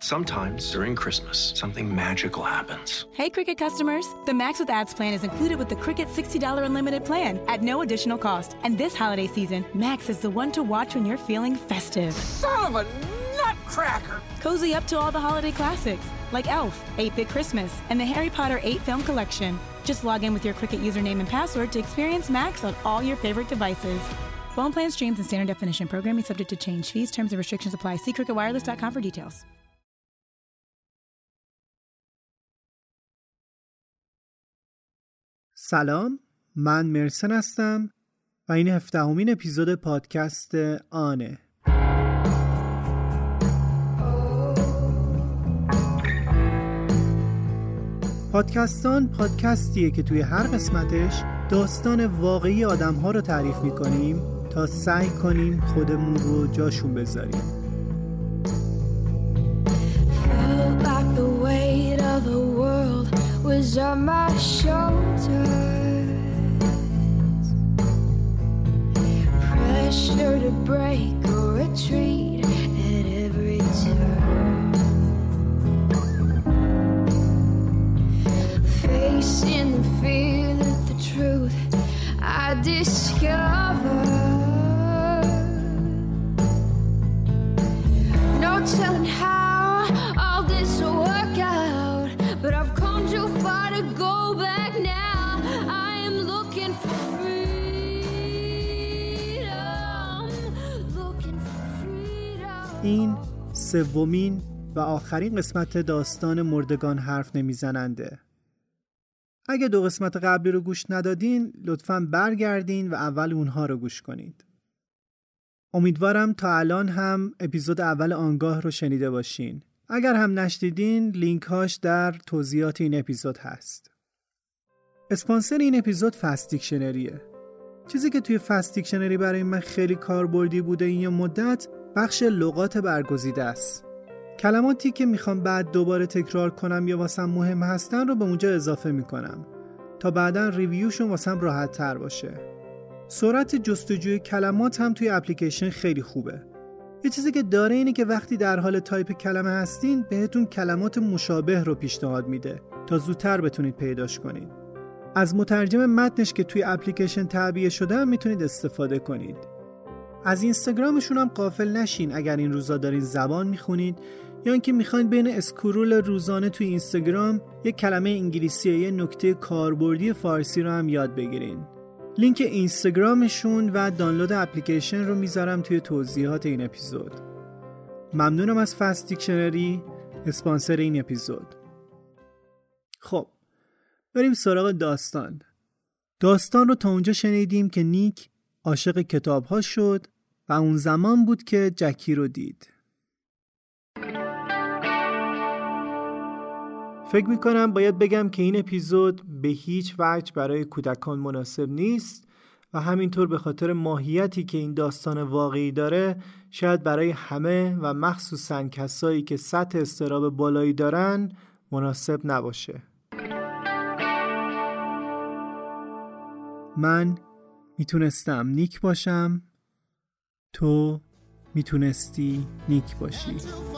Sometimes during Christmas, something magical happens. Hey, Cricket customers. The Max with Ads plan is included with the Cricket $60 unlimited plan at no additional cost. And this holiday season, Max is the one to watch when you're feeling festive. Son of a nutcracker! Cozy up to all the holiday classics, like Elf, 8-Bit Christmas, and the Harry Potter 8 film collection. Just log in with your Cricket username and password to experience Max on all your favorite devices. Phone plan streams and standard definition. Programming subject to change. Fees, terms, and restrictions apply. See cricketwireless.com for details. سلام، من مرسن هستم و این 17مین اپیزود پادکست آنه. پادکستان پادکستیه که توی هر قسمتش داستان واقعی آدم‌ها رو تعریف می‌کنیم تا سعی کنیم خودمون رو جاشون بذاریم. Felt like the weight of the world was on my shoulders. Pressure to break or retreat at every turn. Facing the fear that the truth I discovered. No telling how all this will work out, but I've come too far to go back now. I am looking for freedom, looking for freedom. این سومین و آخرین قسمت داستان مردگان حرف نمیزننده. اگه 2 قسمت قبلی رو گوش ندادین لطفاً برگردین و اول اونها رو گوش کنید. امیدوارم تا الان هم اپیزود اول آنگاه رو شنیده باشین. اگر هم نشنیدین لینک هاش در توضیحات این اپیزود هست. اسپانسر این اپیزود فست دیکشنریه. چیزی که توی فست دیکشنری برای من خیلی کاربردی بوده این یه مدت بخش لغات برگزیده است. کلماتی که میخوام بعد دوباره تکرار کنم یا واسم مهم هستن رو به اونجا اضافه میکنم تا بعداً ریویوشون واسم راحت تر باشه. سرعت جستجوی کلمات هم توی اپلیکیشن خیلی خوبه. یه چیزی که داره اینه که وقتی در حال تایپ کلمه هستین بهتون کلمات مشابه رو پیشنهاد میده تا زودتر بتونید پیداش کنید. از مترجم متنش که توی اپلیکیشن تعبیه شده هم میتونید استفاده کنید. از اینستاگرامشون هم غافل نشین اگر این روزا دارین زبان میخونید یا اینکه میخواین بین اسکرول روزانه توی اینستاگرام یک کلمه انگلیسی یا یک نکته کاربردی فارسی رو هم یاد بگیرین. لینک اینستاگرامشون و دانلود اپلیکیشن رو میذارم توی توضیحات این اپیزود. ممنونم از فست دیکشنری، اسپانسر این اپیزود. خب بریم سراغ داستان. داستان رو تا اونجا شنیدیم که نیک عاشق کتاب‌ها شد و اون زمان بود که جکی رو دید. فکر میکنم باید بگم که این اپیزود به هیچ وجه برای کودکان مناسب نیست و همینطور به خاطر ماهیتی که این داستان واقعی داره شاید برای همه و مخصوصاً کسایی که سطح اضطراب بالایی دارن مناسب نباشه. من میتونستم نیک باشم، تو میتونستی نیک باشی.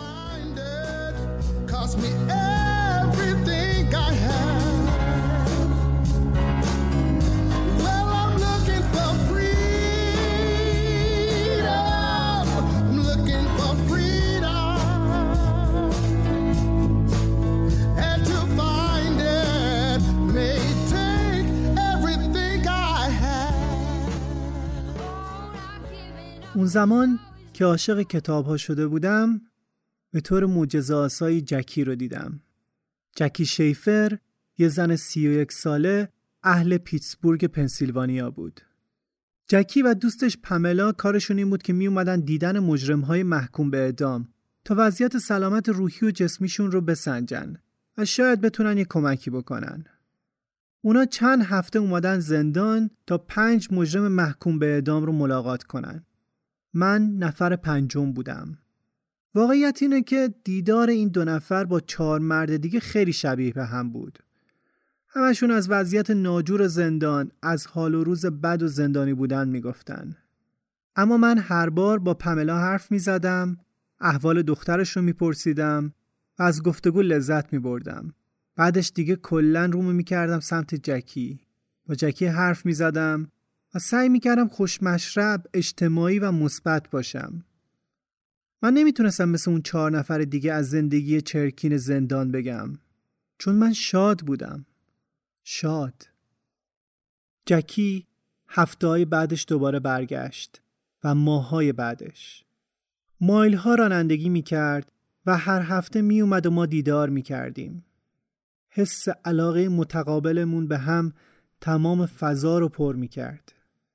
اون زمان که عاشق کتاب‌ها شده بودم به طور معجزه‌آسایی جکی رو دیدم. جکی شیفر یه زن 31 ساله اهل پیتسبورگ پنسیلوانیا بود. جکی و دوستش پاملا کارشون این بود که می اومدن دیدن مجرم‌های محکوم به اعدام تا وضعیت سلامت روحی و جسمیشون رو بسنجن و شاید بتونن یه کمکی بکنن. اونا چند هفته اومدن زندان تا 5 مجرم محکوم به اعدام رو ملاقات کنن. من نفر 5 بودم. واقعیت اینه که دیدار این 2 نفر با 4 مرد دیگه خیلی شبیه به هم بود. همشون از وضعیت ناجور زندان، از حال و روز بد و زندانی بودن میگفتن. اما من هر بار با پاملا حرف میزدم، احوال دخترش رو میپرسیدم و از گفتگو لذت می بردم. بعدش دیگه کلن رومو می کردم سمت جکی. با جکی حرف می زدم و سعی می کردم خوشمشرب، اجتماعی و مثبت باشم. من نمیتونستم مثل اون 4 نفر دیگه از زندگی چرکین زندان بگم. چون من شاد بودم. شاد. جکی هفته‌های بعدش دوباره برگشت و ماه‌های بعدش. مایل‌ها رانندگی می‌کرد و هر هفته می‌اومد و ما دیدار می‌کردیم. حس علاقه متقابلمون به هم تمام فضا رو پر می‌کرد.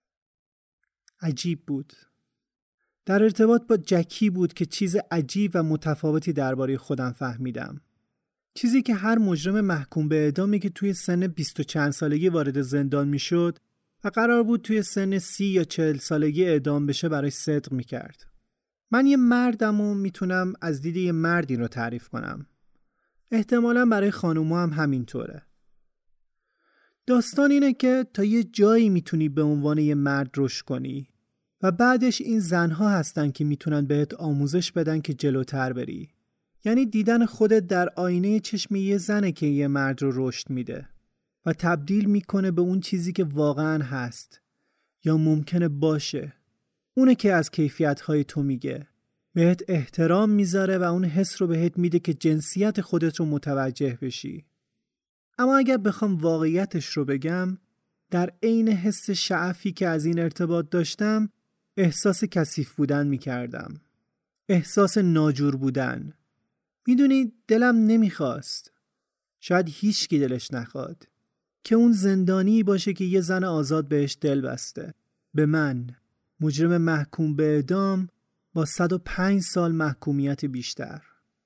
عجیب بود. در ارتباط با جکی بود که چیز عجیب و متفاوتی درباره خودم فهمیدم. چیزی که هر مجرم محکوم به اعدامی که توی سن 20 و چند سالگی وارد زندان میشد و قرار بود توی سن 30 یا 40 سالگی اعدام بشه برای صدق میکرد. من یه مردم و میتونم از دید یه مرد این رو تعریف کنم. احتمالاً برای خانوما هم همینطوره. داستان اینه که تا یه جایی میتونی به عنوان یه مرد رشد کنی و بعدش این زنها هستن که میتونن بهت آموزش بدن که جلوتر بری. یعنی دیدن خودت در آینه چشم یه زنه که یه مرد رو رشد میده و تبدیل میکنه به اون چیزی که واقعاً هست یا ممکنه باشه. اونه که از کیفیت‌های تو میگه، بهت احترام میذاره و اون حس رو بهت میده که جنسیت خودت رو متوجه بشی. اما اگر بخوام واقعیتش رو بگم، در عین حس شعفی که از این ارتباط داشتم، احساس کثیف بودن میکردم. احساس ناجور بودن. میدونی دلم نمیخواست. شاید هیچکی دلش نخواد. که اون زندانی باشه که یه زن آزاد بهش دل بسته. به من، مجرم محکوم به اعدام با 105 سال محکومیت بیشتر.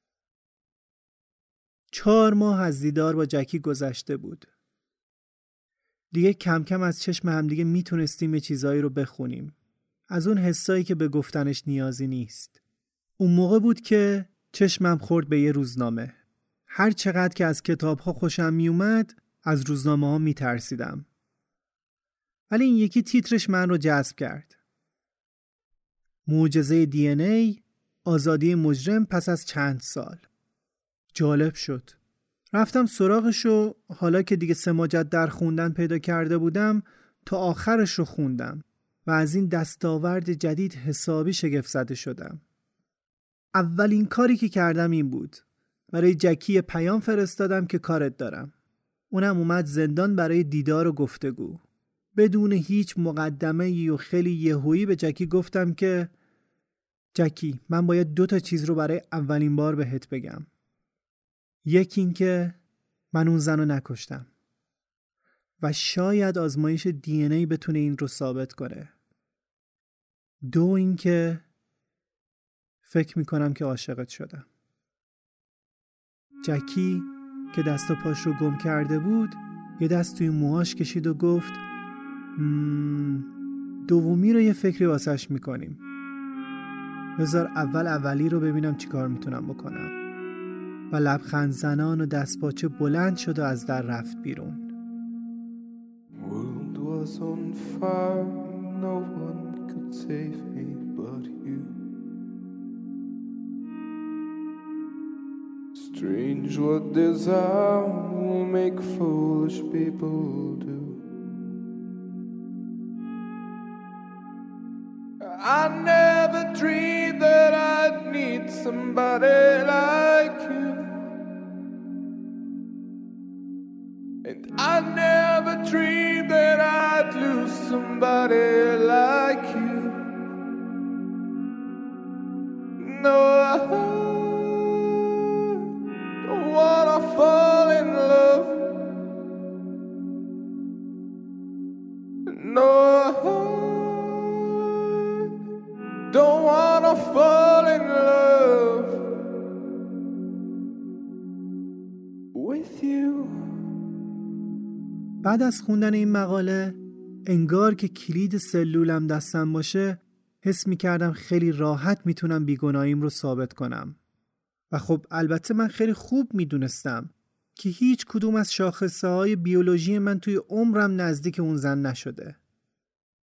4 ماه از دیدار با جکی گذشته بود. دیگه کم کم از چشم همدیگه میتونستیم یه چیزایی رو بخونیم. از اون حسایی که به گفتنش نیازی نیست. اون موقع بود که چشمم خورد به یه روزنامه. هر چقدر که از کتاب‌ها خوشم میومد، از روزنامه‌ها میترسیدم. ولی این یکی تیترش من رو جذب کرد. معجزه DNA، آزادی مجرم پس از چند سال. جالب شد. رفتم سراغش و حالا که دیگه سماجت در خوندن پیدا کرده بودم تا آخرش رو خوندم و از این دستاورد جدید حسابی شگفت زده شدم. اولین کاری که کردم این بود. برای جکی پیام فرستادم که کارت دارم. اونم اومد زندان برای دیدار و گفتگو. بدون هیچ مقدمه‌ای و خیلی یهویی به جکی گفتم که جکی، من باید 2 چیز رو برای اولین بار بهت بگم. یکی این که من اون زن رو نکشتم و شاید آزمایش DNA بتونه این رو ثابت کنه. 2 این که فکر میکنم که عاشقت شدم. جکی که دست و پاش رو گم کرده بود یه دست توی موهاش کشید و گفت دومی رو یه فکری واسش میکنیم. بذار اولی رو ببینم چی کار میتونم بکنم. و لبخند زنان و دست پاچه بلند شد و از در رفت بیرون. World was on fire, no one could save me but you. Strange what desire will make foolish people do. I never dreamed that I'd need somebody like you. And I never dreamed that I'd lose somebody like you. No, I don't wanna fall in love. No, I don't wanna fall in love with you. بعد از خوندن این مقاله انگار که کلید سلولم دستم باشه حس می‌کردم خیلی راحت میتونم بیگناهیم رو ثابت کنم. و خب البته من خیلی خوب میدونستم که هیچ کدوم از شاخصه‌های بیولوژی من توی عمرم نزدیک اون زن نشده.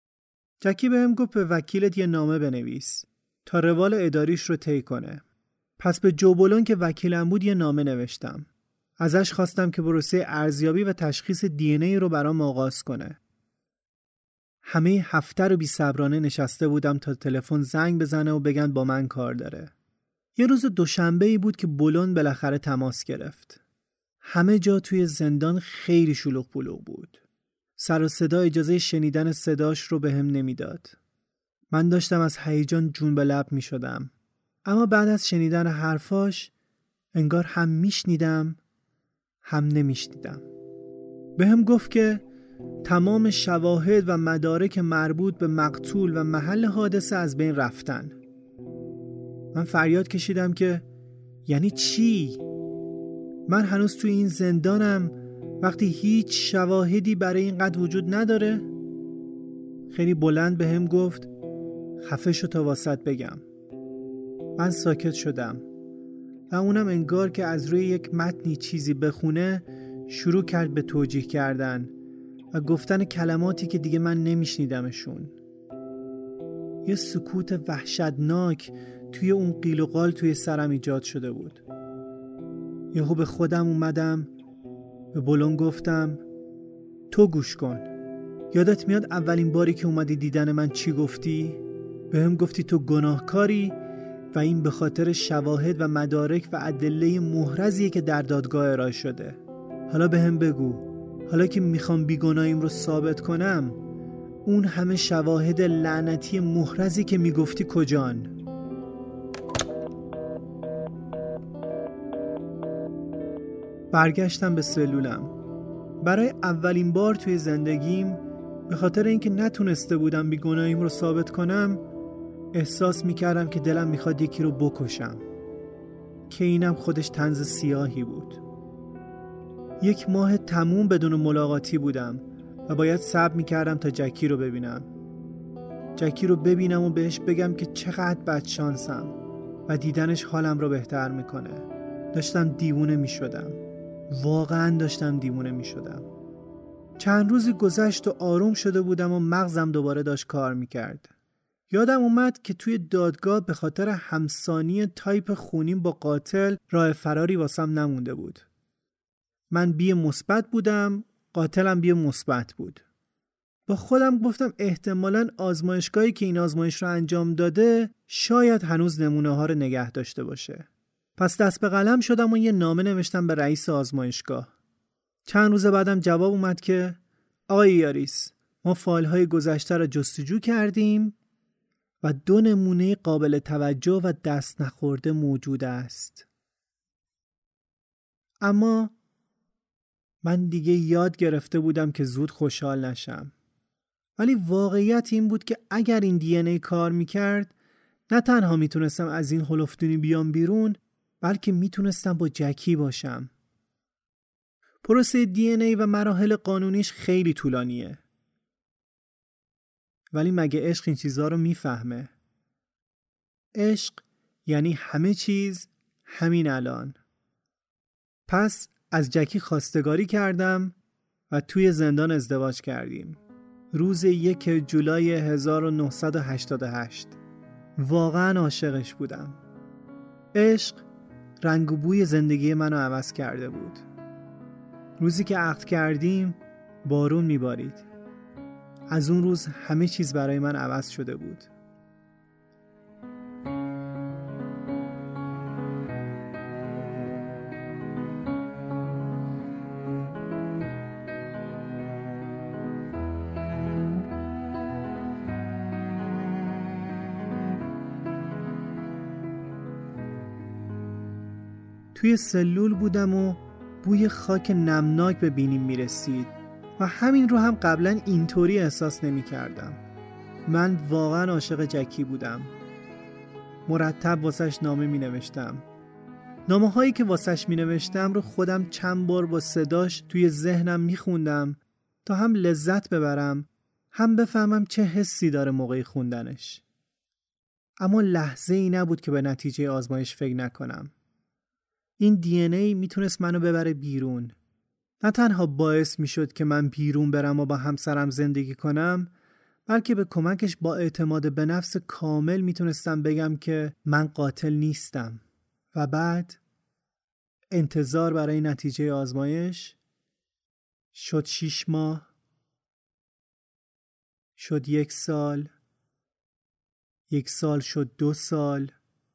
جکی بهم گفت به وکیلت یه نامه بنویس تا روال اداریش رو طی کنه. پس به جو بولون که وکیلم بود یه نامه نوشتم. ازش خواستم که پروسه ارزیابی و تشخیص دی ان ای رو برام آغاز کنه. همه هفته رو بی‌صبرانه نشسته بودم تا تلفن زنگ بزنه و بگن با من کار داره. یه روز دوشنبه‌ای بود که بولون بالاخره تماس گرفت. همه جا توی زندان خیلی شلوغ پلوغ بود. سر و صدا اجازه شنیدن صداش رو بهم نمیداد. من داشتم از هیجان جون به لب می شدم. اما بعد از شنیدن حرفاش انگار هم میشنیدم هم نمیشنیدم. بهم گفت که تمام شواهد و مدارک مربوط به مقتول و محل حادثه از بین رفتن. من فریاد کشیدم که یعنی چی؟ من هنوز توی این زندانم وقتی هیچ شواهدی برای این قتل وجود نداره؟ خیلی بلند بهم گفت خفه شو تا واسط بگم. من ساکت شدم و اونم انگار که از روی یک متنی چیزی بخونه شروع کرد به توجیه کردن و گفتن کلماتی که دیگه من نمیشنیدمشون. یه سکوت وحشتناک توی اون قیل و قال توی سرم ایجاد شده بود. یهو به خودم اومدم، به بولون گفتم تو گوش کن. یادت میاد اولین باری که اومدی دیدن من چی گفتی؟ بهم گفتی تو گناهکاری و این به خاطر شواهد و مدارک و ادله محرزیه که در دادگاه ارائه شده. حالا بهم بگو، حالا که میخوام بیگناهیم رو ثابت کنم، اون همه شواهد لعنتی محرزی که میگفتی کجان؟ برگشتم به سلولم. برای اولین بار توی زندگیم به خاطر اینکه نتونسته بودم بیگناهیم رو ثابت کنم احساس میکردم که دلم میخواد یکی رو بکشم، که اینم خودش طنز سیاهی بود. 1 ماه تموم بدون ملاقاتی بودم و باید صبر میکردم تا جکی رو ببینم. جکی رو ببینم و بهش بگم که چقدر بدشانسم و دیدنش حالم رو بهتر میکنه. داشتم دیوونه میشدم. واقعا داشتم دیوونه میشدم. چند روزی گذشت و آروم شده بودم و مغزم دوباره داشت کار میکرد. یادم اومد که توی دادگاه به خاطر همسانی تایپ خونیم با قاتل راه فراری واسم نمونده بود. من بی مثبت بودم، قاتلم بی مثبت بود. با خودم گفتم احتمالاً آزمایشگاهی که این آزمایش رو انجام داده شاید هنوز نمونه ها رو نگه داشته باشه. پس دست به قلم شدم و یه نامه نوشتم به رئیس آزمایشگاه. چند روز بعدم جواب اومد که آقای یاریس، ما فایل های گذشته را جستجو کردیم و 2 نمونه قابل توجه و دست نخورده موجود است. اما من دیگه یاد گرفته بودم که زود خوشحال نشم. ولی واقعیت این بود که اگر این دی ان ای کار میکرد نه تنها میتونستم از این هلفدونی بیام بیرون، بلکه میتونستم با جکی باشم. پروسه دی ان ای و مراحل قانونیش خیلی طولانیه. ولی مگه عشق این چیزا رو میفهمه؟ عشق یعنی همه چیز همین الان. پس از جکی خواستگاری کردم و توی زندان ازدواج کردیم. روز 1 جولای 1988. واقعا عاشقش بودم. عشق رنگ و بوی زندگی منو عوض کرده بود. روزی که عقد کردیم بارون میبارید. از اون روز همه چیز برای من عوض شده بود. توی سلول بودم و بوی خاک نمناک به بینیم میرسید و همین رو هم قبلا اینطوری احساس نمی کردم. من واقعا عاشق جکی بودم. مرتب واسش نامه می نوشتم. نامه هایی که واسش می نوشتم رو خودم چند بار با صداش توی ذهنم می خوندم تا هم لذت ببرم هم بفهمم چه حسی داره موقع خوندنش. اما لحظه ای نبود که به نتیجه آزمایش فکر نکنم. این دی ان ای میتونست منو ببره بیرون. نه تنها باعث میشد که من بیرون برم و با همسرم زندگی کنم، بلکه به کمکش با اعتماد به نفس کامل میتونستم بگم که من قاتل نیستم و بعد انتظار برای نتیجه آزمایش. شد 6 ماه، شد 1 سال، 1 سال شد 2 سال،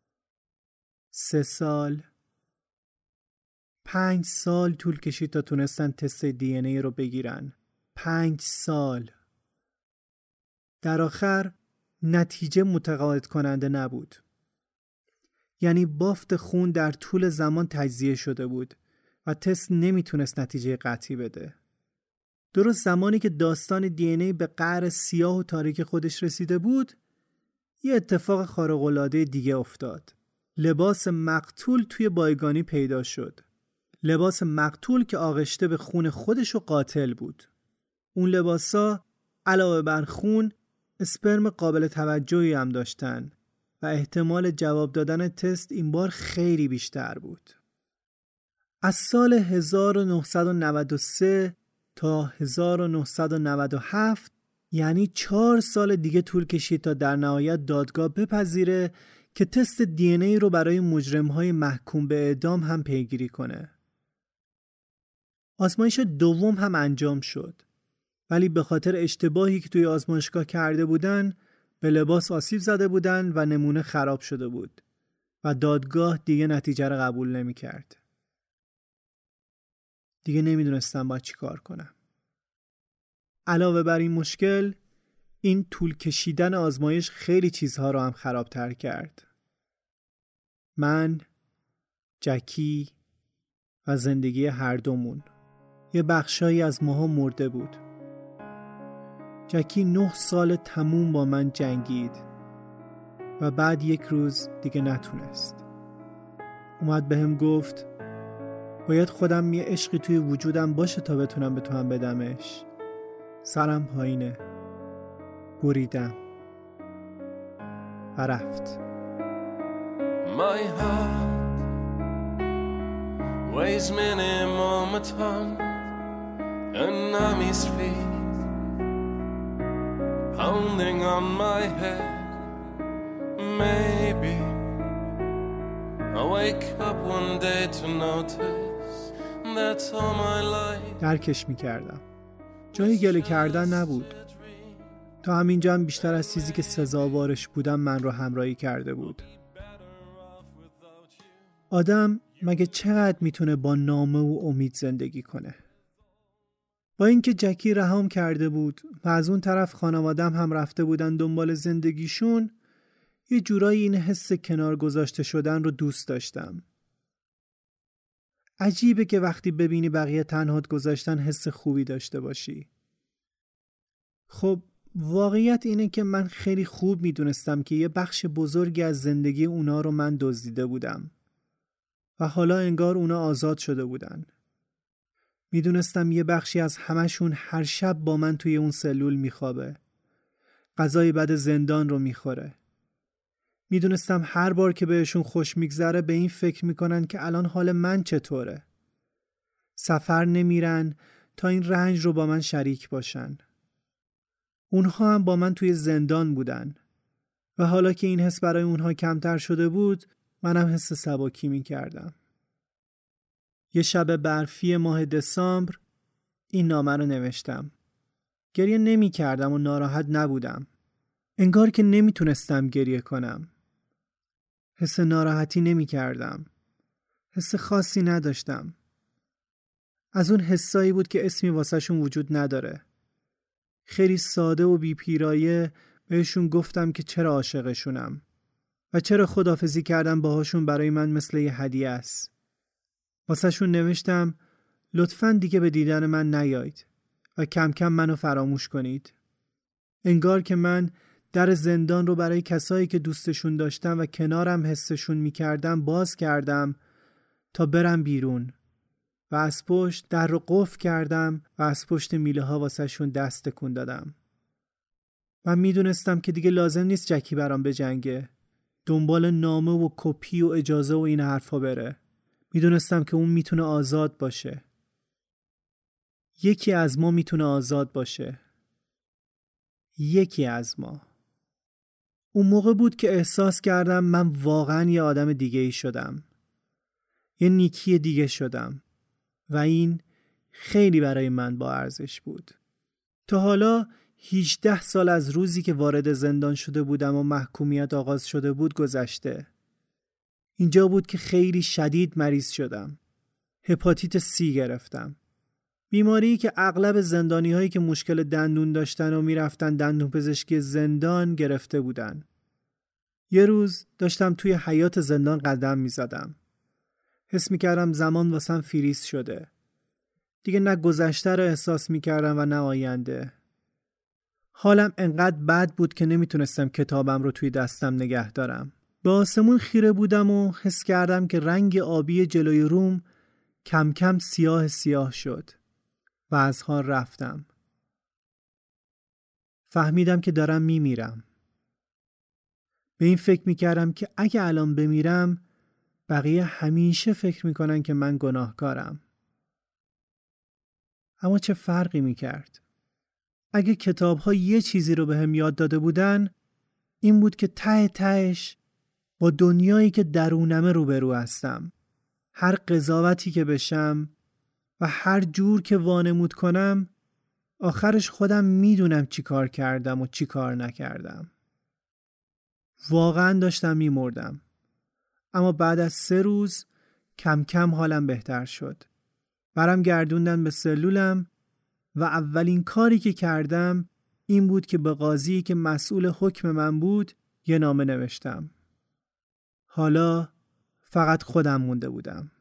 3 سال، 5 سال طول کشید تا تونستن تست دی ان ای رو بگیرن. 5 سال. در آخر نتیجه متقاعد کننده نبود. یعنی بافت خون در طول زمان تجزیه شده بود و تست نمیتونست نتیجه قطعی بده. درست زمانی که داستان دی ان ای به قعر سیاه و تاریک خودش رسیده بود، یه اتفاق خارق‌العاده دیگه افتاد. لباس مقتول توی بایگانی پیدا شد. لباس مقتول که آغشته به خون خودش و قاتل بود. اون لباسا علاوه بر خون اسپرم قابل توجهی هم داشتن و احتمال جواب دادن تست این بار خیلی بیشتر بود. از سال 1993 تا 1997 یعنی 4 سال دیگه طول کشید تا در نهایت دادگاه بپذیره که تست دی ان ای رو برای مجرم‌های محکوم به اعدام هم پیگیری کنه. آزمایش دوم هم انجام شد، ولی به خاطر اشتباهی که توی آزمایشگاه کرده بودن به لباس آسیب زده بودن و نمونه خراب شده بود و دادگاه دیگه نتیجه رو قبول نمی کرد. دیگه نمیدونستم باید چی کار کنم. علاوه بر این مشکل، این طول کشیدن آزمایش خیلی چیزها رو هم خرابتر کرد. من، جکی و زندگی هر دومون. یه بخشایی از ماها مرده بود. جکی 9 سال تموم با من جنگید و بعد یک روز دیگه نتونست. اومد بهم گفت باید خودم یه عشقی توی وجودم باشه تا بتونم به تو هم بدمش. سرم پایینه. بریدم و رفت. My heart weighs minimum a ton, and I'm his feet pounding on my head. Maybe I'll wake up one day to notice that's all my life. درکش می‌کردم. جایی گله کردن نبود. تا همینجا هم بیشتر از چیزی که سزاوارش بودم من رو همراهی کرده بود. آدم مگه چقدر میتونه با نامه و امید زندگی کنه؟ با اینکه جکی رهام کرده بود و از اون طرف خانوادم هم رفته بودن دنبال زندگیشون، یه جورایی این حس کنار گذاشته شدن رو دوست داشتم. عجیبه که وقتی ببینی بقیه تنهات گذاشتن حس خوبی داشته باشی. خب واقعیت اینه که من خیلی خوب میدونستم که یه بخش بزرگی از زندگی اونا رو من دزدیده بودم و حالا انگار اونا آزاد شده بودن. میدونستم یه بخشی از همشون هر شب با من توی اون سلول میخوابه. غذای بد زندان رو میخوره. میدونستم هر بار که بهشون خوش میگذره به این فکر میکنن که الان حال من چطوره. سفر نمیرن تا این رنج رو با من شریک باشن. اونها هم با من توی زندان بودن و حالا که این حس برای اونها کمتر شده بود، منم حس سبکی میکردم. یه شب برفی ماه دسامبر این نامه رو نوشتم. گریه نمی کردم و ناراحت نبودم. انگار که نمی تونستم گریه کنم. حس ناراحتی نمی کردم. حس خاصی نداشتم. از اون حسایی بود که اسمی واسه شون وجود نداره. خیلی ساده و بی پیرایه بهشون گفتم که چرا عاشقشونم و چرا خداحافظی کردم باهاشون برای من مثل یه هدیه است. واسه شون نوشتم لطفاً دیگه به دیدن من نیایید و کم کم منو فراموش کنید. انگار که من در زندان رو برای کسایی که دوستشون داشتم و کنارم حسشون میکردم باز کردم تا برم بیرون و از پشت در رو قفل کردم و از پشت میله ها واسه شون دست تکون دادم. من میدونستم که دیگه لازم نیست جکی برام بجنگه، دنبال نامه و کپی و اجازه و این حرفا بره. میدونستم که اون میتونه آزاد باشه. یکی از ما میتونه آزاد باشه. یکی از ما. اون موقع بود که احساس کردم من واقعا یه آدم دیگه ای شدم. یه نیکی دیگه شدم و این خیلی برای من با ارزش بود. تا حالا 18 سال از روزی که وارد زندان شده بودم و محکومیت آغاز شده بود گذشته. اینجا بود که خیلی شدید مریض شدم. هپاتیت سی گرفتم. بیماری که اغلب زندانی هایی که مشکل دندون داشتن و میرفتن دندون پزشکی زندان گرفته بودن. یه روز داشتم توی حیاط زندان قدم میزدم. حس میکردم زمان واسم فریز شده. دیگه نه گذشته رو احساس میکردم و نه آینده. حالم انقدر بد بود که نمیتونستم کتابم رو توی دستم نگه دارم. به آسمون خیره بودم و حس کردم که رنگ آبی جلوی روم کم کم سیاه شد و از حال رفتم. فهمیدم که دارم میمیرم. به این فکر میکردم که اگه الان بمیرم بقیه همیشه فکر میکنن که من گناهکارم. اما چه فرقی میکرد؟ اگه کتاب‌ها یه چیزی رو بهم یاد داده بودن این بود که ته تهش با دنیایی که درونمه روبرو هستم. هر قضاوتی که بشم و هر جور که وانمود کنم آخرش خودم میدونم چی کار کردم و چی کار نکردم. واقعا داشتم میمردم. اما بعد از 3 روز کم کم حالم بهتر شد. برم گردوندن به سلولم و اولین کاری که کردم این بود که به قاضی که مسئول حکم من بود یه نامه نوشتم. حالا فقط خودم مونده بودم.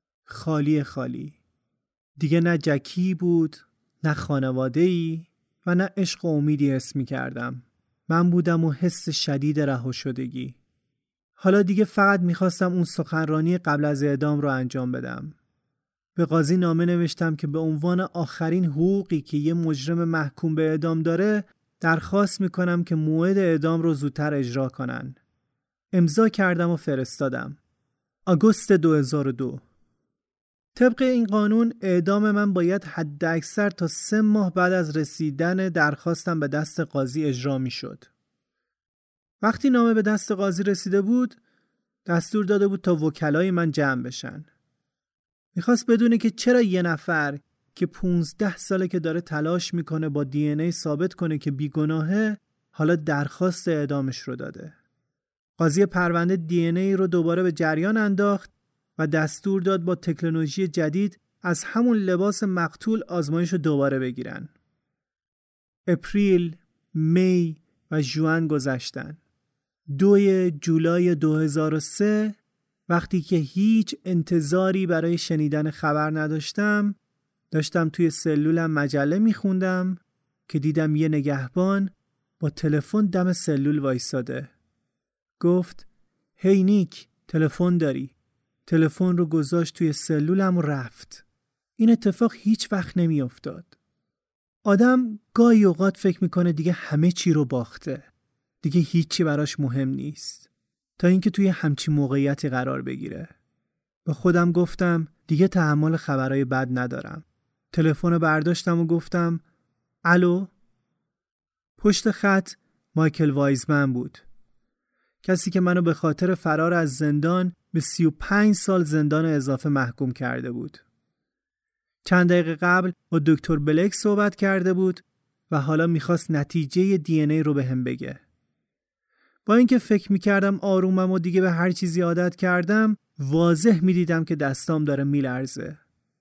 خالی. دیگه نه جکی بود، نه خانواده‌ای و نه عشق و امیدی حس می کردم. من بودم و حس شدید رها شدگی. حالا دیگه فقط میخواستم اون سخنرانی قبل از اعدام رو انجام بدم. به قاضی نامه نوشتم که به عنوان آخرین حقوقی که یه مجرم محکوم به اعدام داره درخواست میکنم که موعد اعدام رو زودتر اجرا کنن. امضا کردم و فرستادم. آگوست 2002. طبق این قانون اعدام من باید حداکثر تا 3 ماه بعد از رسیدن درخواستم به دست قاضی اجرا میشد. وقتی نامه به دست قاضی رسیده بود دستور داده بود تا وکلای من جمع بشن. میخواست بدونه که چرا یه نفر که 15 ساله که داره تلاش میکنه با دی ان ای ثابت کنه که بیگناهه حالا درخواست اعدامش رو داده. قاضی پرونده دی ان ای رو دوباره به جریان انداخت و دستور داد با تکنولوژی جدید از همون لباس مقتول آزمایش رو دوباره بگیرن. اپریل، می و ژوئن گذشتن. 2 جولای 2003 وقتی که هیچ انتظاری برای شنیدن خبر نداشتم داشتم توی سلولم مجله میخوندم که دیدم یه نگهبان با تلفن دم سلول وایساده. گفت هی نیک تلفن داری. تلفن رو گذاشت توی سلولم و رفت. این اتفاق هیچ وقت نمی افتاد. آدم گاهی اوقات فکر میکنه دیگه همه چی رو باخته. دیگه هیچی براش مهم نیست. تا اینکه توی همچین موقعیتی قرار بگیره. به خودم گفتم دیگه تحمل خبرای بد ندارم. تلفن رو برداشتم و گفتم الو؟ پشت خط مایکل وایزمن بود. کسی که منو به خاطر فرار از زندان به 35 سال زندان اضافه محکوم کرده بود. چند دقیقه قبل با دکتر بلک صحبت کرده بود و حالا میخواست نتیجه دی ان ای رو بهم بگه. با اینکه فکر میکردم آرومم و دیگه به هر چیزی عادت کردم واضح میدیدم که دستام داره میلرزه.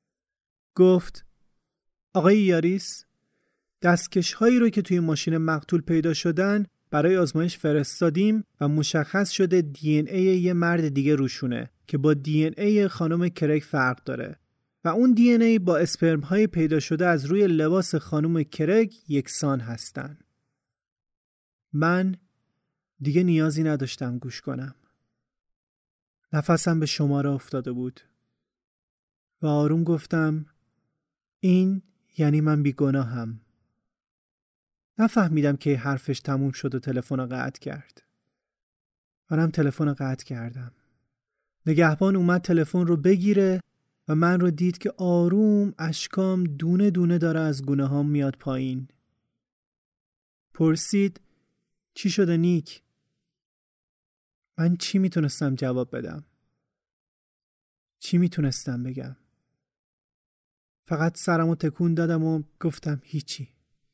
گفت آقای یاریس دستکش هایی رو که توی ماشین مقتول پیدا شدن برای آزمایش فرستادیم و مشخص شده دی ان ای یه مرد دیگه روشونه که با دی ان ای خانم کرک فرق داره و اون دی ان ای با اسپرم های پیدا شده از روی لباس خانم کرک یکسان هستن. من دیگه نیازی نداشتم گوش کنم. نفسم به شماره افتاده بود و آروم گفتم این یعنی من بیگناهم. نفهمیدم که حرفش تموم شد و تلفن رو قطع کرد. منم تلفن رو قطع کردم. نگهبان اومد تلفن رو بگیره و من رو دید که آروم اشکام دونه دونه داره از گونه‌هام میاد پایین. پرسید چی شده نیک؟ من چی میتونستم جواب بدم؟ چی میتونستم بگم؟ فقط سرمو تکون دادم و گفتم هیچی.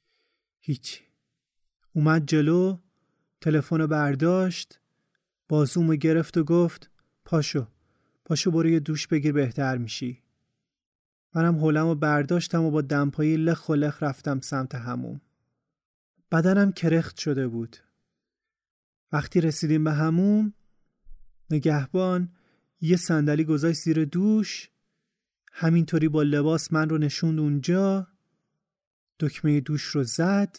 اومد جلو، تلفن برداشت، بازومو گرفت و گفت پاشو برو یه دوش بگیر بهتر میشی. منم حولمو برداشتم و با دمپایی لخ و لخ رفتم سمت حموم. بدنم کرخت شده بود. وقتی رسیدیم به حموم، نگهبان یه صندلی گذاشت زیر دوش، همینطوری با لباس من رو نشوند اونجا، دکمه دوش رو زد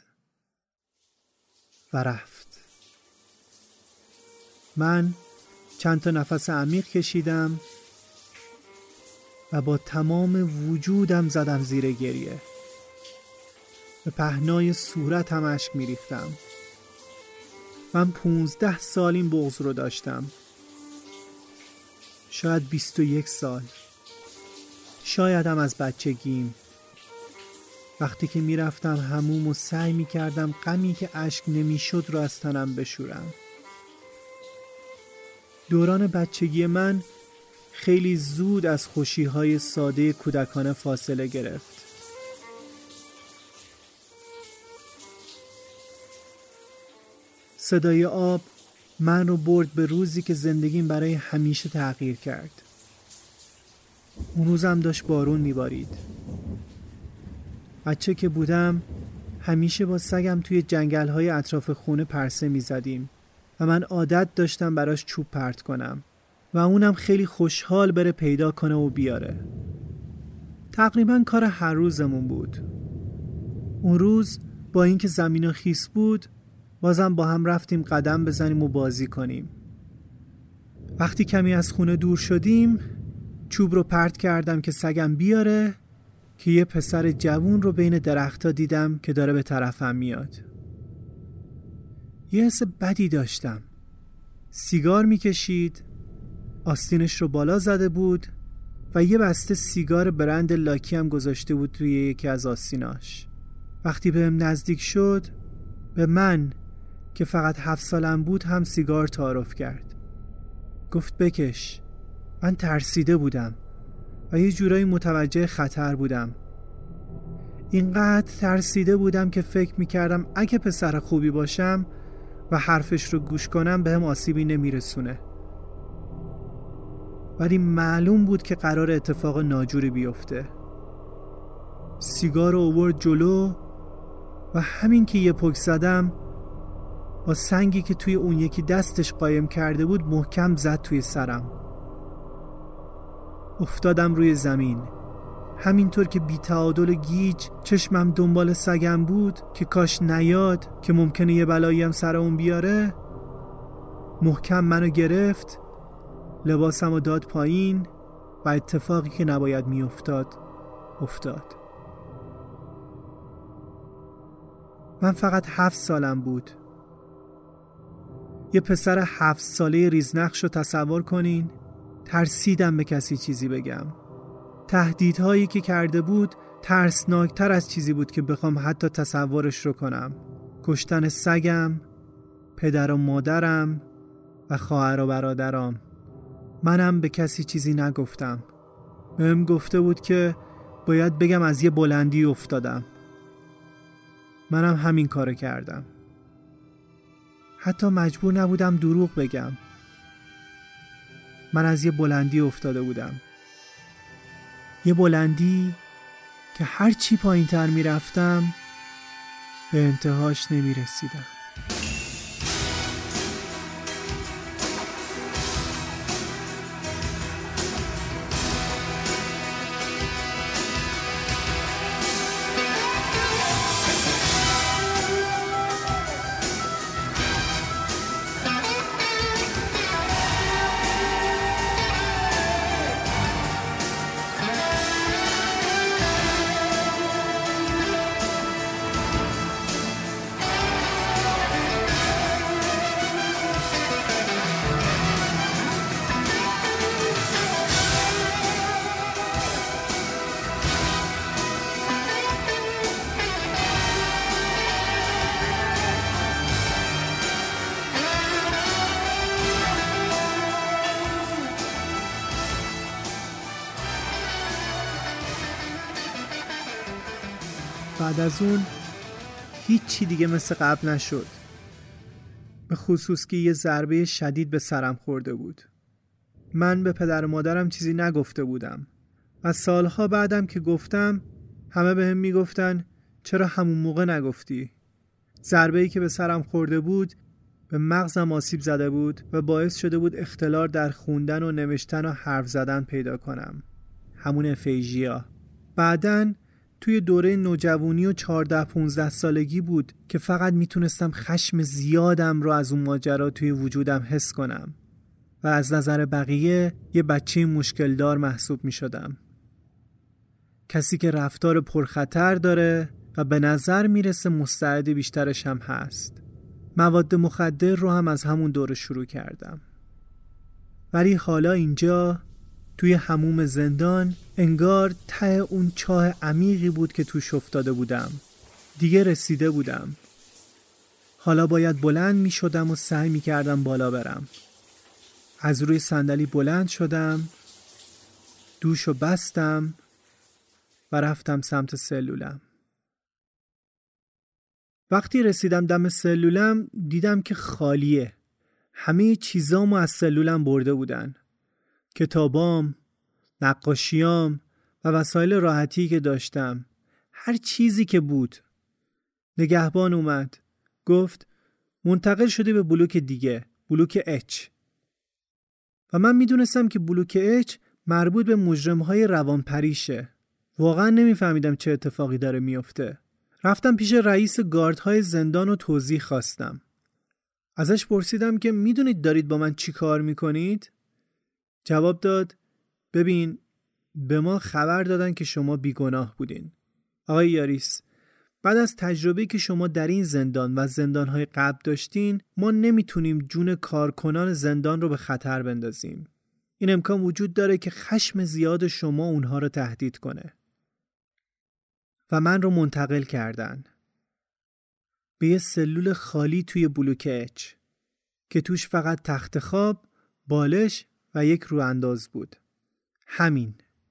و رفت. من چند تا نفس عمیق کشیدم و با تمام وجودم زدم زیر گریه. به پهنای صورتم اشک میریختم. من 15 سال این بغض رو داشتم. شاید 21 سال. شایدم از بچگیم. وقتی که میرفتم حموم و سعی میکردم غمی که اشک نمیشد رو از تنم بشورم. دوران بچگی من خیلی زود از خوشی‌های ساده کودکانه فاصله گرفت. صدای آب من رو برد به روزی که زندگیم برای همیشه تغییر کرد. اون روزم داشت بارون میبارید. بچه که بودم همیشه با سگم توی جنگل‌های اطراف خونه پرسه میزدیم و من عادت داشتم براش چوب پرت کنم و اونم خیلی خوشحال بره پیدا کنه و بیاره. تقریبا کار هر روزمون بود. اون روز با اینکه زمین خیس بود بازم با هم رفتیم قدم بزنیم و بازی کنیم. وقتی کمی از خونه دور شدیم چوب رو پرت کردم که سگم بیاره که یه پسر جوون رو بین درخت‌ها دیدم که داره به طرفم میاد. یه حس بدی داشتم. سیگار میکشید، آستینش رو بالا زده بود و یه بسته سیگار برند لاکی هم گذاشته بود توی یکی از آستیناش. وقتی بهم نزدیک شد به من که فقط 7 سالم بود هم سیگار تعارف کرد. گفت بکش. من ترسیده بودم و یه جورایی متوجه خطر بودم. اینقدر ترسیده بودم که فکر میکردم اگه پسر خوبی باشم و حرفش رو گوش کنم بهم آسیبی نمیرسونه. ولی معلوم بود که قرار اتفاق ناجوری بیفته. سیگار رو آورد جلو و همین که یه پک زدم با سنگی که توی اون یکی دستش قایم کرده بود محکم زد توی سرم. افتادم روی زمین. همینطور که بی تعادل گیج چشمم دنبال سگم بود که کاش نیاد که ممکنه یه بلایی هم سر اون بیاره، محکم منو گرفت، لباسمو داد پایین و اتفاقی که نباید میافتاد افتاد. من فقط 7 سالم بود. یه پسر 7 ساله ریزنقش رو تصور کنین. ترسیدم به کسی چیزی بگم. تهدیدهایی که کرده بود ترسناکتر از چیزی بود که بخوام حتی تصورش رو کنم. کشتن سگم، پدر و مادرم و خواهر و برادرام. منم به کسی چیزی نگفتم. بهم گفته بود که باید بگم از یه بلندی افتادم. منم همین کارو کردم. حتی مجبور نبودم دروغ بگم. من از یه بلندی افتاده بودم. یه بلندی که هر چی پایین تر می رفتم به انتهاش نمی رسیدم. بعد از اون هیچی دیگه مثل قبل نشد، به خصوص که یه ضربه شدید به سرم خورده بود. من به پدر و مادرم چیزی نگفته بودم و سالها بعدم که گفتم همه بهم میگفتن چرا همون موقع نگفتی؟ ضربه‌ای که به سرم خورده بود به مغزم آسیب زده بود و باعث شده بود اختلال در خوندن و نوشتن و حرف زدن پیدا کنم، همون افیژیا. بعدن توی دوره نوجوانی و 14-15 سالگی بود که فقط میتونستم خشم زیادم رو از اون ماجرا توی وجودم حس کنم و از نظر بقیه یه بچه مشکل دار محسوب میشدم، کسی که رفتار پرخطر داره و به نظر میرسه مستعد بیشترش هم هست. مواد مخدر رو هم از همون دوره شروع کردم. ولی حالا اینجا توی حموم زندان انگار ته اون چاه عمیقی بود که توش افتاده بودم. دیگه رسیده بودم. حالا باید بلند می شدم و سعی می کردم بالا برم. از روی صندلی بلند شدم، دوشو بستم و رفتم سمت سلولم. وقتی رسیدم دم سلولم دیدم که خالیه. همه چیزامو از سلولم برده بودن. کتابام، نقاشیام و وسایل راحتی که داشتم. هر چیزی که بود. نگهبان اومد. گفت منتقل شدی به بلوک دیگه. بلوک اچ. و من میدونستم که بلوک اچ مربوط به مجرمهای روانپریشه. واقعا نمیفهمیدم چه اتفاقی داره میفته. رفتم پیش رئیس گاردهای زندان و توضیح خواستم. ازش پرسیدم که میدونید دارید با من چی کار میکنید؟ جواب داد ببین به ما خبر دادن که شما بیگناه بودین. آقای یاریس، بعد از تجربه‌ای که شما در این زندان و زندانهای قبل داشتین ما نمیتونیم جون کارکنان زندان رو به خطر بندازیم. این امکان وجود داره که خشم زیاد شما اونها رو تهدید کنه. و من رو منتقل کردن به یه سلول خالی توی بلوک اچ که توش فقط تخت خواب، بالش و یک روانداز بود. همین.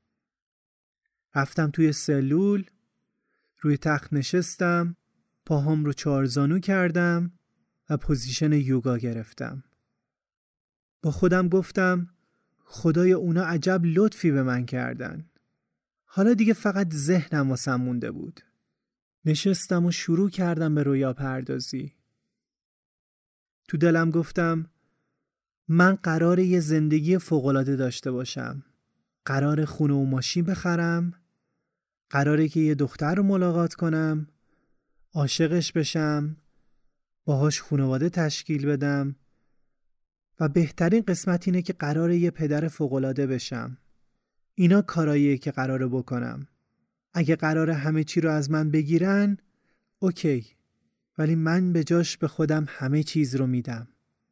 رفتم توی سلول، روی تخت نشستم، پاهام رو چارزانو کردم و پوزیشن یوگا گرفتم. با خودم گفتم خدای اونا عجب لطفی به من کردن. حالا دیگه فقط ذهنم واسم مونده بود. نشستم و شروع کردم به رویا پردازی. تو دلم گفتم من قراره یه زندگی فوق‌العاده داشته باشم. قراره خونه و ماشین بخرم. قراره که یه دختر رو ملاقات کنم. عاشقش بشم. باهاش خانواده تشکیل بدم. و بهترین قسمت اینه که قراره یه پدر فوق‌العاده بشم. اینا کاراییه که قراره بکنم. اگه قراره همه چی رو از من بگیرن، اوکی. ولی من به جاش به خودم همه چیز رو میدم.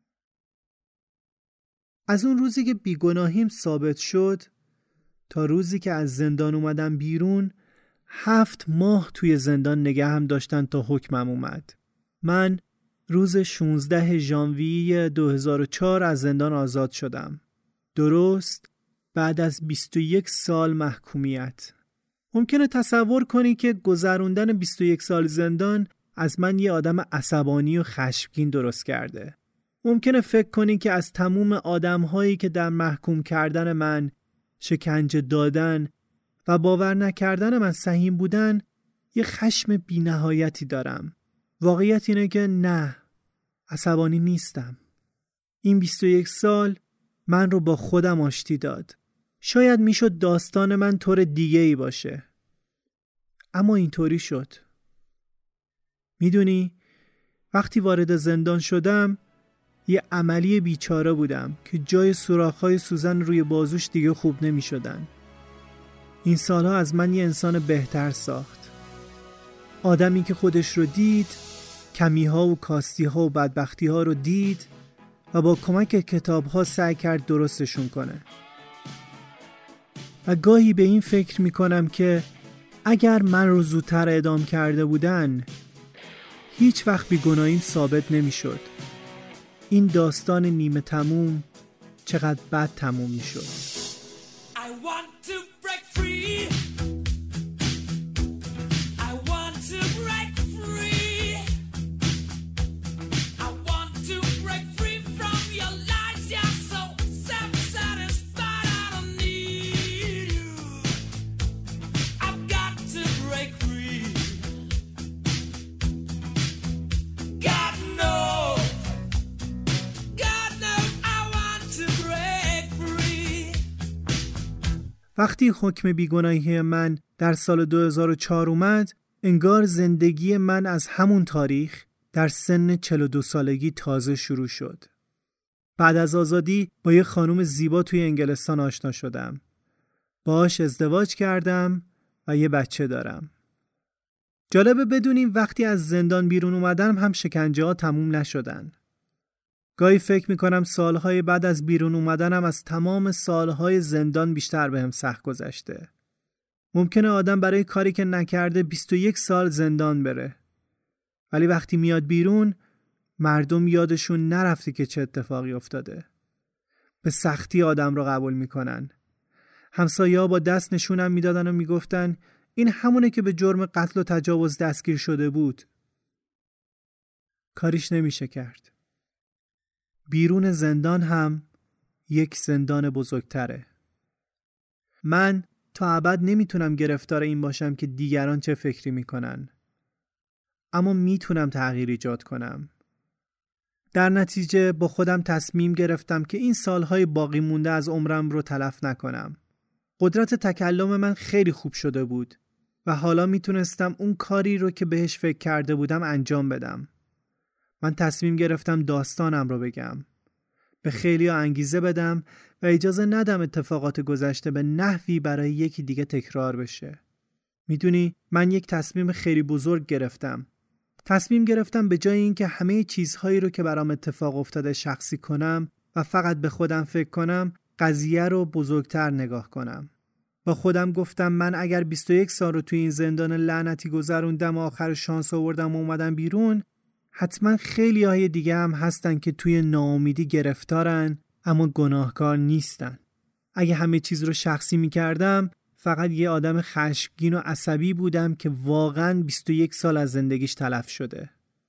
از اون روزی که بیگناهیم ثابت شد تا روزی که از زندان اومدم بیرون 7 ماه توی زندان نگهم داشتن تا حکمم اومد. من روز 16 ژانویه 2004 از زندان آزاد شدم. درست بعد از 21 سال محکومیت. ممکنه تصور کنی که گذروندن 21 سال زندان از من یه آدم عصبانی و خشمگین درست کرده. ممکنه فکر کنی که از تموم آدم‌هایی که در محکوم کردن من، شکنجه دادن و باور نکردن من سهیم بودن یه خشم بی‌نهایتی دارم. واقعیت اینه که نه، عصبانی نیستم. این 21 سال من رو با خودم آشتی داد. شاید میشد داستان من طور دیگه ای باشه. اما اینطوری شد. میدونی وقتی وارد زندان شدم یه عملی بیچاره بودم که جای سوراخ‌های سوزن روی بازوش دیگه خوب نمی شدن. این سالها از من یه انسان بهتر ساخت. آدمی که خودش رو دید، کمی‌ها و کاستی‌ها و بدبختی‌ها رو دید و با کمک کتاب‌ها سعی کرد درستشون کنه. و گاهی به این فکر میکنم که اگر من رو زودتر اعدام کرده بودن هیچ وقت بیگناهیم ثابت نمیشد. این داستان نیمه تموم چقدر بد تموم میشد. I want to break free. I want to وقتی حکم بیگناهی من در سال 2004 اومد، انگار زندگی من از همون تاریخ در سن 42 سالگی تازه شروع شد. بعد از آزادی با یه خانم زیبا توی انگلستان آشنا شدم. باهاش ازدواج کردم و یه بچه دارم. جالبه بدونیم وقتی از زندان بیرون اومدم هم شکنجه ها تموم نشدن. گاهی فکر میکنم سالهای بعد از بیرون اومدنم از تمام سالهای زندان بیشتر بهم سخت گذشته. ممکنه آدم برای کاری که نکرده 21 سال زندان بره. ولی وقتی میاد بیرون، مردم یادشون نرفته که چه اتفاقی افتاده. به سختی آدم رو قبول میکنن. همسایه‌ها با دست نشونم میدادن و میگفتن این همونه که به جرم قتل و تجاوز دستگیر شده بود. کاریش نمیشه کرد. بیرون زندان هم یک زندان بزرگتره. من تا ابد نمیتونم گرفتار این باشم که دیگران چه فکری میکنن. اما میتونم تغییر ایجاد کنم. در نتیجه با خودم تصمیم گرفتم که این سالهای باقی مونده از عمرم رو تلف نکنم. قدرت تکلم من خیلی خوب شده بود و حالا میتونستم اون کاری رو که بهش فکر کرده بودم انجام بدم. من تصمیم گرفتم داستانم رو بگم. به خیلی‌ها انگیزه بدم و اجازه ندم اتفاقات گذشته به نحوی برای یکی دیگه تکرار بشه. میدونی من یک تصمیم خیلی بزرگ گرفتم. تصمیم گرفتم به جای اینکه همه چیزهایی رو که برام اتفاق افتاده شخصی کنم و فقط به خودم فکر کنم، قضیه رو بزرگتر نگاه کنم. با خودم گفتم من اگر 21 سال رو توی این زندان لعنتی گذروندم و آخر شانس آوردم و اومدم بیرون، حتما خیلی های دیگه هم هستن که توی ناامیدی گرفتارن اما گناهکار نیستن. اگه همه چیز رو شخصی میکردم، فقط یه آدم خشمگین و عصبی بودم که واقعاً 21 سال از زندگیش تلف شده.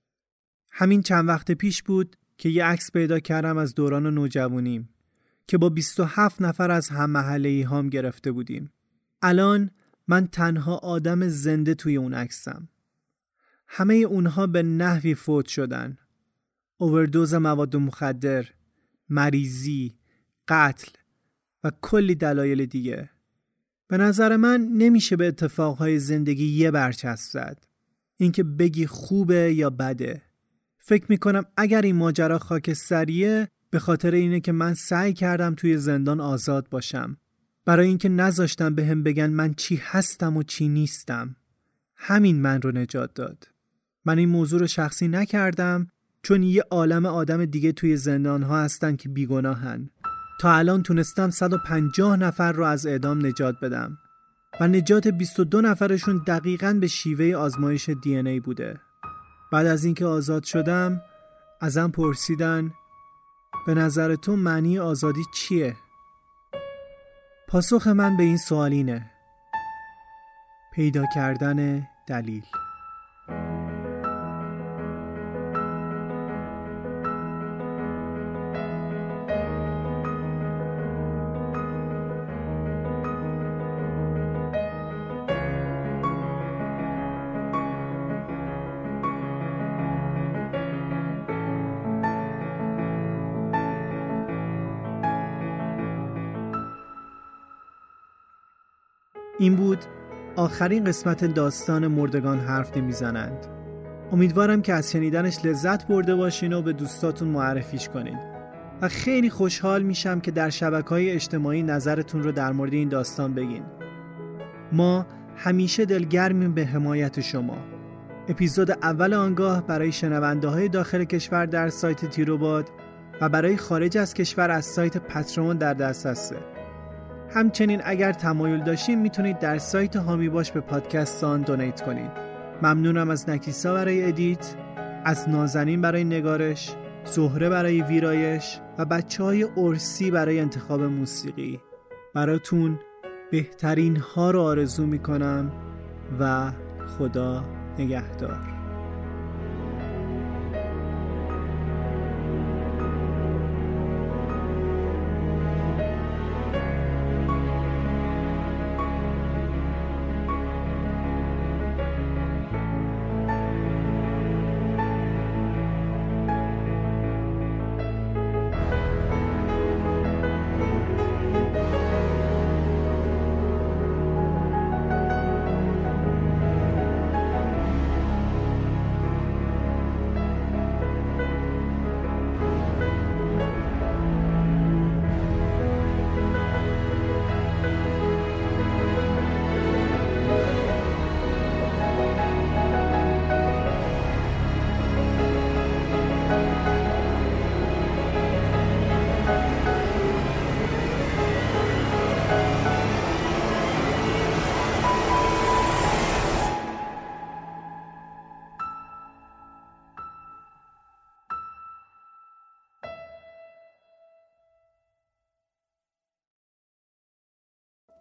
همین چند وقت پیش بود که یه عکس پیدا کردم از دوران نوجوانیم که با 27 نفر از هم محله‌ای هام گرفته بودیم. الان من تنها آدم زنده توی اون عکسم. همه اونها به نحوی فوت شدن. اووردوز مواد مخدر، مریضی، قتل و کلی دلایل دیگه. به نظر من نمیشه به اتفاقهای زندگی یه برچسب زد. اینکه بگی خوبه یا بده. فکر میکنم اگر این ماجرا خاکستریه به خاطر اینه که من سعی کردم توی زندان آزاد باشم. برای اینکه نذاشتم بهم بگن من چی هستم و چی نیستم. همین من رو نجات داد. من این موضوع رو شخصی نکردم چون یه عالم آدم دیگه توی زندان ها هستن که بیگناهن. تا الان تونستم 150 نفر رو از اعدام نجات بدم و نجات 22 نفرشون دقیقاً به شیوه آزمایش DNA بوده. بعد از اینکه آزاد شدم ازم پرسیدن به نظر تو معنی آزادی چیه؟ پاسخ من به این سوال اینه: پیدا کردن دلیل. این بود آخرین قسمت داستان مردگان حرف نمیزنند. امیدوارم که از شنیدنش لذت برده باشین و به دوستاتون معرفیش کنین و خیلی خوشحال میشم که در شبکه‌های اجتماعی نظرتون رو در مورد این داستان بگین. ما همیشه دلگرمیم به حمایت شما. اپیزود اول آنگاه برای شنونده‌های داخل کشور در سایت تیروباد و برای خارج از کشور از سایت پترون در دسترسه. همچنین اگر تمایل داشتین میتونید در سایت هامی باش به پادکستان دونیت کنید. ممنونم از نکیسا برای ادیت، از نازنین برای نگارش، زهره برای ویرایش و بچه‌های ارسی برای انتخاب موسیقی. براتون بهترین ها رو آرزو میکنم و خدا نگهدار.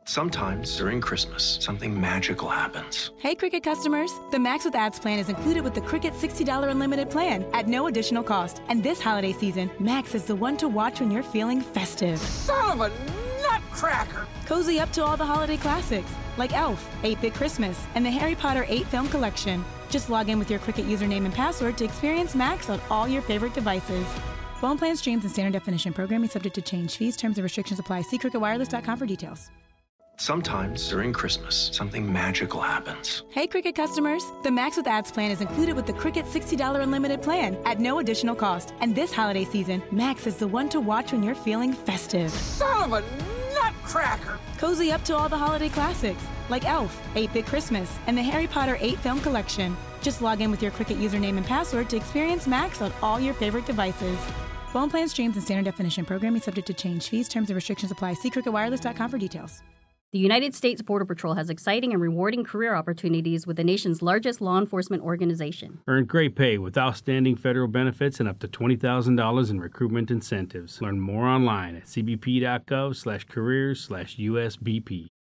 Sometimes during Christmas, something magical happens. Hey, Cricket customers. The Max with Ads plan is included with the Cricket $60 unlimited plan at no additional cost. And this holiday season, Max is the one to watch when you're feeling festive. Son of a nutcracker! Cozy up to all the holiday classics like Elf, 8-Bit Christmas, and the Harry Potter 8 film collection. Just log in with your Cricket username and password to experience Max on all your favorite devices. Phone plan streams and standard definition. Programming subject to change. Fees, terms, and restrictions apply. See cricketwireless.com for details. Sometimes during Christmas, something magical happens. Hey, Cricket customers. The Max with Ads plan is included with the Cricket $60 unlimited plan at no additional cost. And this holiday season, Max is the one to watch when you're feeling festive. Son of a nutcracker! Cozy up to all the holiday classics like Elf, 8-Bit Christmas, and the Harry Potter 8 film collection. Just log in with your Cricket username and password to experience Max on all your favorite devices. Phone plan streams and standard definition. Programming subject to change. Fees, terms, and restrictions apply. See cricketwireless.com for details. The United States Border Patrol has exciting and rewarding career opportunities with the nation's largest law enforcement organization. Earn great pay with outstanding federal benefits and up to $20,000 in recruitment incentives. Learn more online at cbp.gov/careers/USBP.